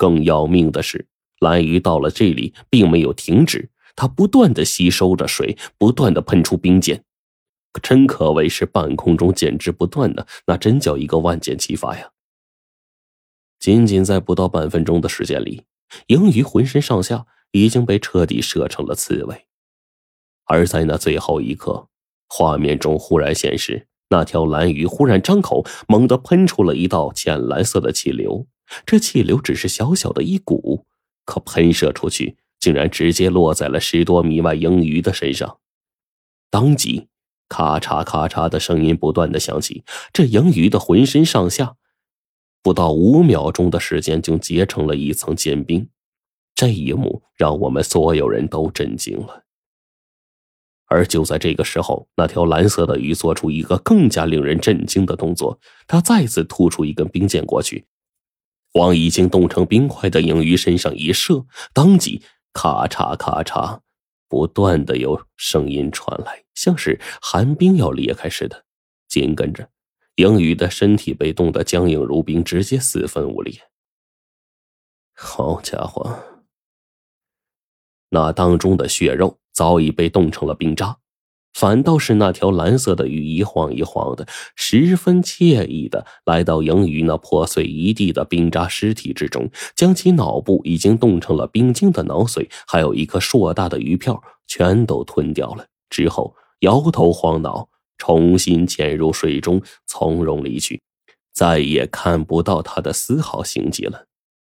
更要命的是，蓝鱼到了这里并没有停止，它不断地吸收着水，不断地喷出冰箭，真可谓是半空中剪枝不断的，那真叫一个万箭齐发呀。仅仅在不到半分钟的时间里，萤鱼浑身上下已经被彻底射成了刺猬。而在那最后一刻，画面中忽然显示，那条蓝鱼忽然张口，猛地喷出了一道浅蓝色的气流。这气流只是小小的一股，可喷射出去竟然直接落在了10多米外萤鱼的身上。当即咔嚓咔嚓的声音不断的响起，这萤鱼的浑身上下不到5秒钟的时间就结成了一层坚冰。这一幕让我们所有人都震惊了。而就在这个时候，那条蓝色的鱼做出一个更加令人震惊的动作，它再次吐出一根冰箭过去，往已经冻成冰块的萤鱼身上一射，当即咔嚓咔嚓不断的有声音传来，像是寒冰要裂开似的。紧跟着，萤鱼的身体被冻得僵硬如冰，直接4分5裂。好家伙，那当中的血肉早已被冻成了冰渣，反倒是那条蓝色的鱼一晃一晃的，十分惬意的来到萤鱼那破碎一地的冰渣尸体之中，将其脑部已经冻成了冰晶的脑髓，还有一颗硕大的鱼票全都吞掉了，之后摇头晃脑重新潜入水中，从容离去，再也看不到他的丝毫行迹了。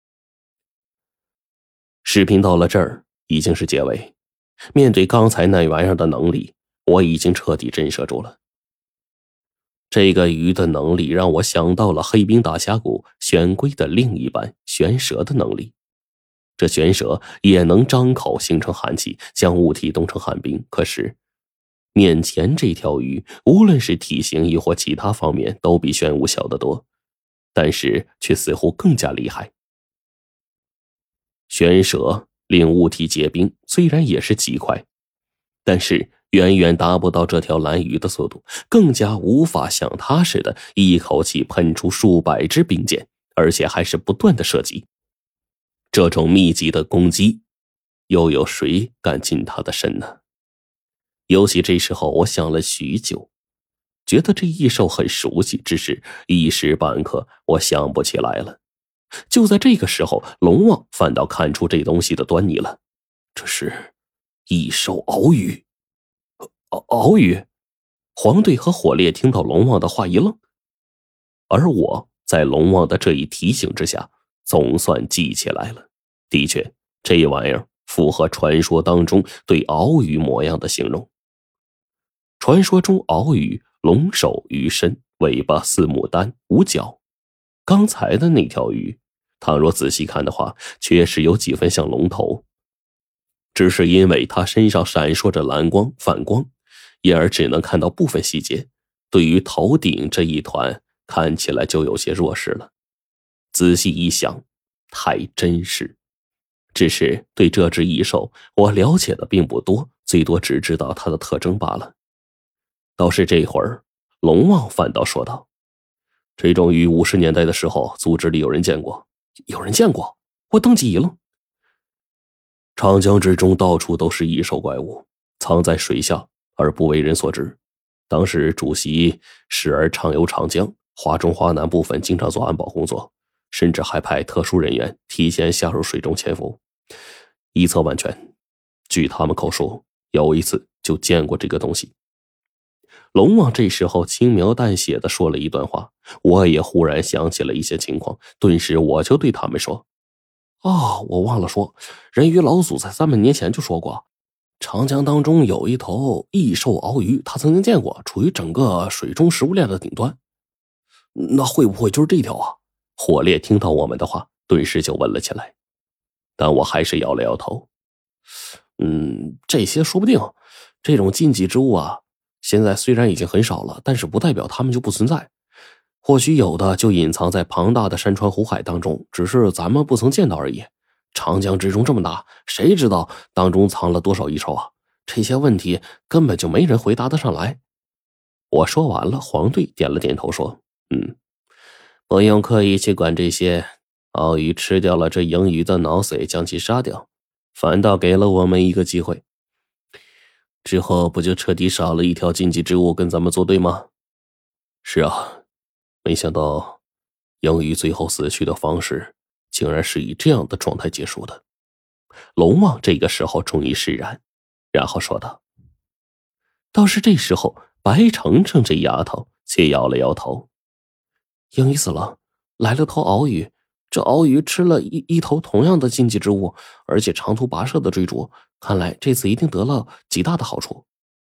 视频到了这儿已经是结尾，面对刚才那玩意儿的能力，我已经彻底震慑住了。这个鱼的能力让我想到了黑冰大峡谷玄龟的另一半玄蛇的能力。这玄蛇也能张口形成寒气，将物体冻成寒冰，可是面前这条鱼无论是体型亦或其他方面都比玄武小得多，但是却似乎更加厉害。玄蛇令物体结冰虽然也是极快，但是远远达不到这条蓝鱼的速度，更加无法像它似的一口气喷出数百支冰箭，而且还是不断的射击。这种密集的攻击，又有谁敢近它的身呢？尤其这时候我想了许久，觉得这异兽很熟悉，只是一时半刻我想不起来了。就在这个时候，龙王反倒看出这东西的端倪了。这是异兽鳌鱼。鳌鱼？黄队和火烈听到龙王的话一愣，而我在龙王的这一提醒之下，总算记起来了。的确，这玩意儿符合传说当中对鳌鱼模样的形容。传说中鳌鱼龙首鱼身，尾巴似牡丹，无角。刚才的那条鱼，倘若仔细看的话，确实有几分像龙头，只是因为它身上闪烁着蓝光反光，因而只能看到部分细节，对于头顶这一团看起来就有些弱势了。仔细一想，太真实。只是对这只异兽我了解的并不多，最多只知道它的特征罢了。倒是这会儿龙王反倒说道，这种鱼50年代的时候组织里有人见过。有人见过？我当即一愣。长江之中到处都是异兽怪物，藏在水下而不为人所知。当时主席时而畅游长江，华中华南部分经常做安保工作，甚至还派特殊人员提前下入水中潜伏，以策万全。据他们口述，有一次就见过这个东西。龙王这时候轻描淡写地说了一段话，我也忽然想起了一些情况，顿时我就对他们说，我忘了说，人鱼老祖在300年前就说过，长江当中有一头异兽鳌鱼，他曾经见过，处于整个水中食物链的顶端。那会不会就是这条啊？火烈听到我们的话，顿时就问了起来，但我还是摇了摇头。这些说不定，这种禁忌之物啊，现在虽然已经很少了，但是不代表它们就不存在。或许有的就隐藏在庞大的山川湖海当中，只是咱们不曾见到而已。长江之中这么大，谁知道当中藏了多少异兽啊？这些问题根本就没人回答得上来。我说完了，黄队点了点头说，不用刻意去管这些， 鳌鱼吃掉了这鹰鱼的脑髓，将其杀掉，反倒给了我们一个机会。之后不就彻底少了一条禁忌之物跟咱们作对吗？是啊，没想到鹰鱼最后死去的方式竟然是以这样的状态结束的。龙王这个时候终于释然，然后说道。倒是这时候白程程这丫头却摇了摇头。鹰鱼死了，来了头鳌鱼，这鳌鱼吃了一头同样的禁忌之物，而且长途跋涉的追逐，看来这次一定得了极大的好处。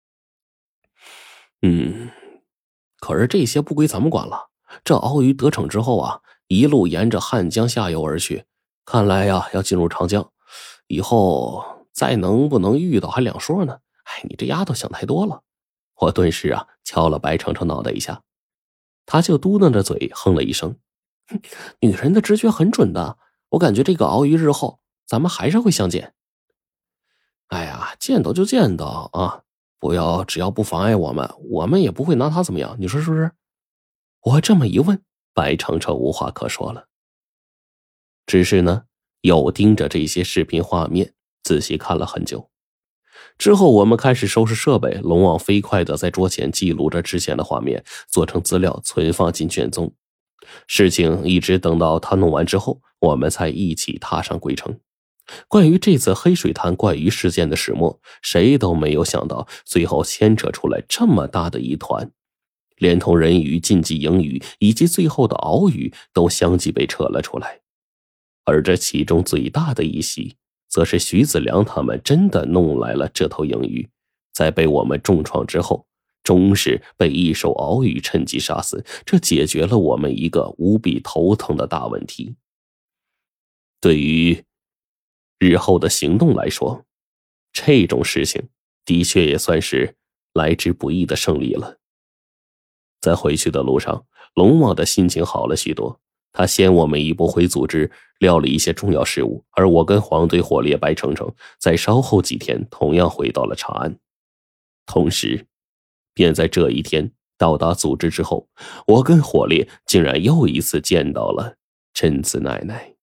可是这些不归咱们管了。这鳌鱼得逞之后啊，一路沿着汉江下游而去，看来呀要进入长江，以后再能不能遇到还两说呢。你这丫头想太多了。我顿时啊敲了白程程脑袋一下，他就嘟囔着嘴哼了一声。女人的直觉很准的，我感觉这个鳌鱼日后咱们还是会相见。哎呀，见到就见到啊，只要不妨碍我们也不会拿他怎么样，你说是不是？我这么一问，白程程无话可说了。只是呢，又盯着这些视频画面仔细看了很久。之后我们开始收拾设备，龙王飞快地在桌前记录着之前的画面，做成资料存放进卷宗。事情一直等到他弄完之后，我们才一起踏上归程。关于这次黑水潭怪鱼事件的始末，谁都没有想到最后牵扯出来这么大的一团，连同人鱼、禁忌鹰鱼以及最后的鳌鱼都相继被扯了出来。而这其中最大的一席，则是徐子良他们真的弄来了这头鹰鱼，在被我们重创之后，终是被一手鳌鱼趁机杀死，这解决了我们一个无比头疼的大问题。对于日后的行动来说，这种事情的确也算是来之不易的胜利了。在回去的路上，龙王的心情好了许多，他先我们一步回组织料理一些重要事务，而我跟黄队、火烈、白程程在稍后几天同样回到了长安。同时便在这一天到达组织之后，我跟火烈竟然又一次见到了贞子奶奶。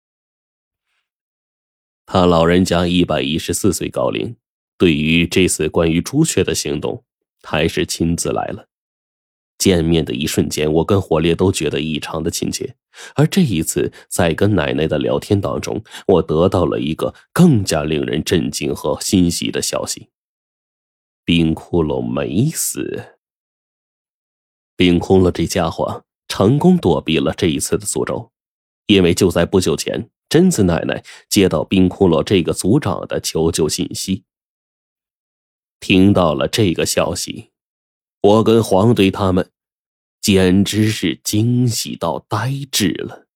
他老人家114岁高龄，对于这次关于朱雀的行动还是亲自来了。见面的一瞬间，我跟火烈都觉得异常的亲切。而这一次在跟奶奶的聊天当中，我得到了一个更加令人震惊和欣喜的消息：冰窟窿没死。冰窟窿这家伙成功躲避了这一次的诅咒，因为就在不久前，贞子奶奶接到冰窟窿这个族长的求救信息。听到了这个消息，我跟黄队他们简直是惊喜到呆滞了。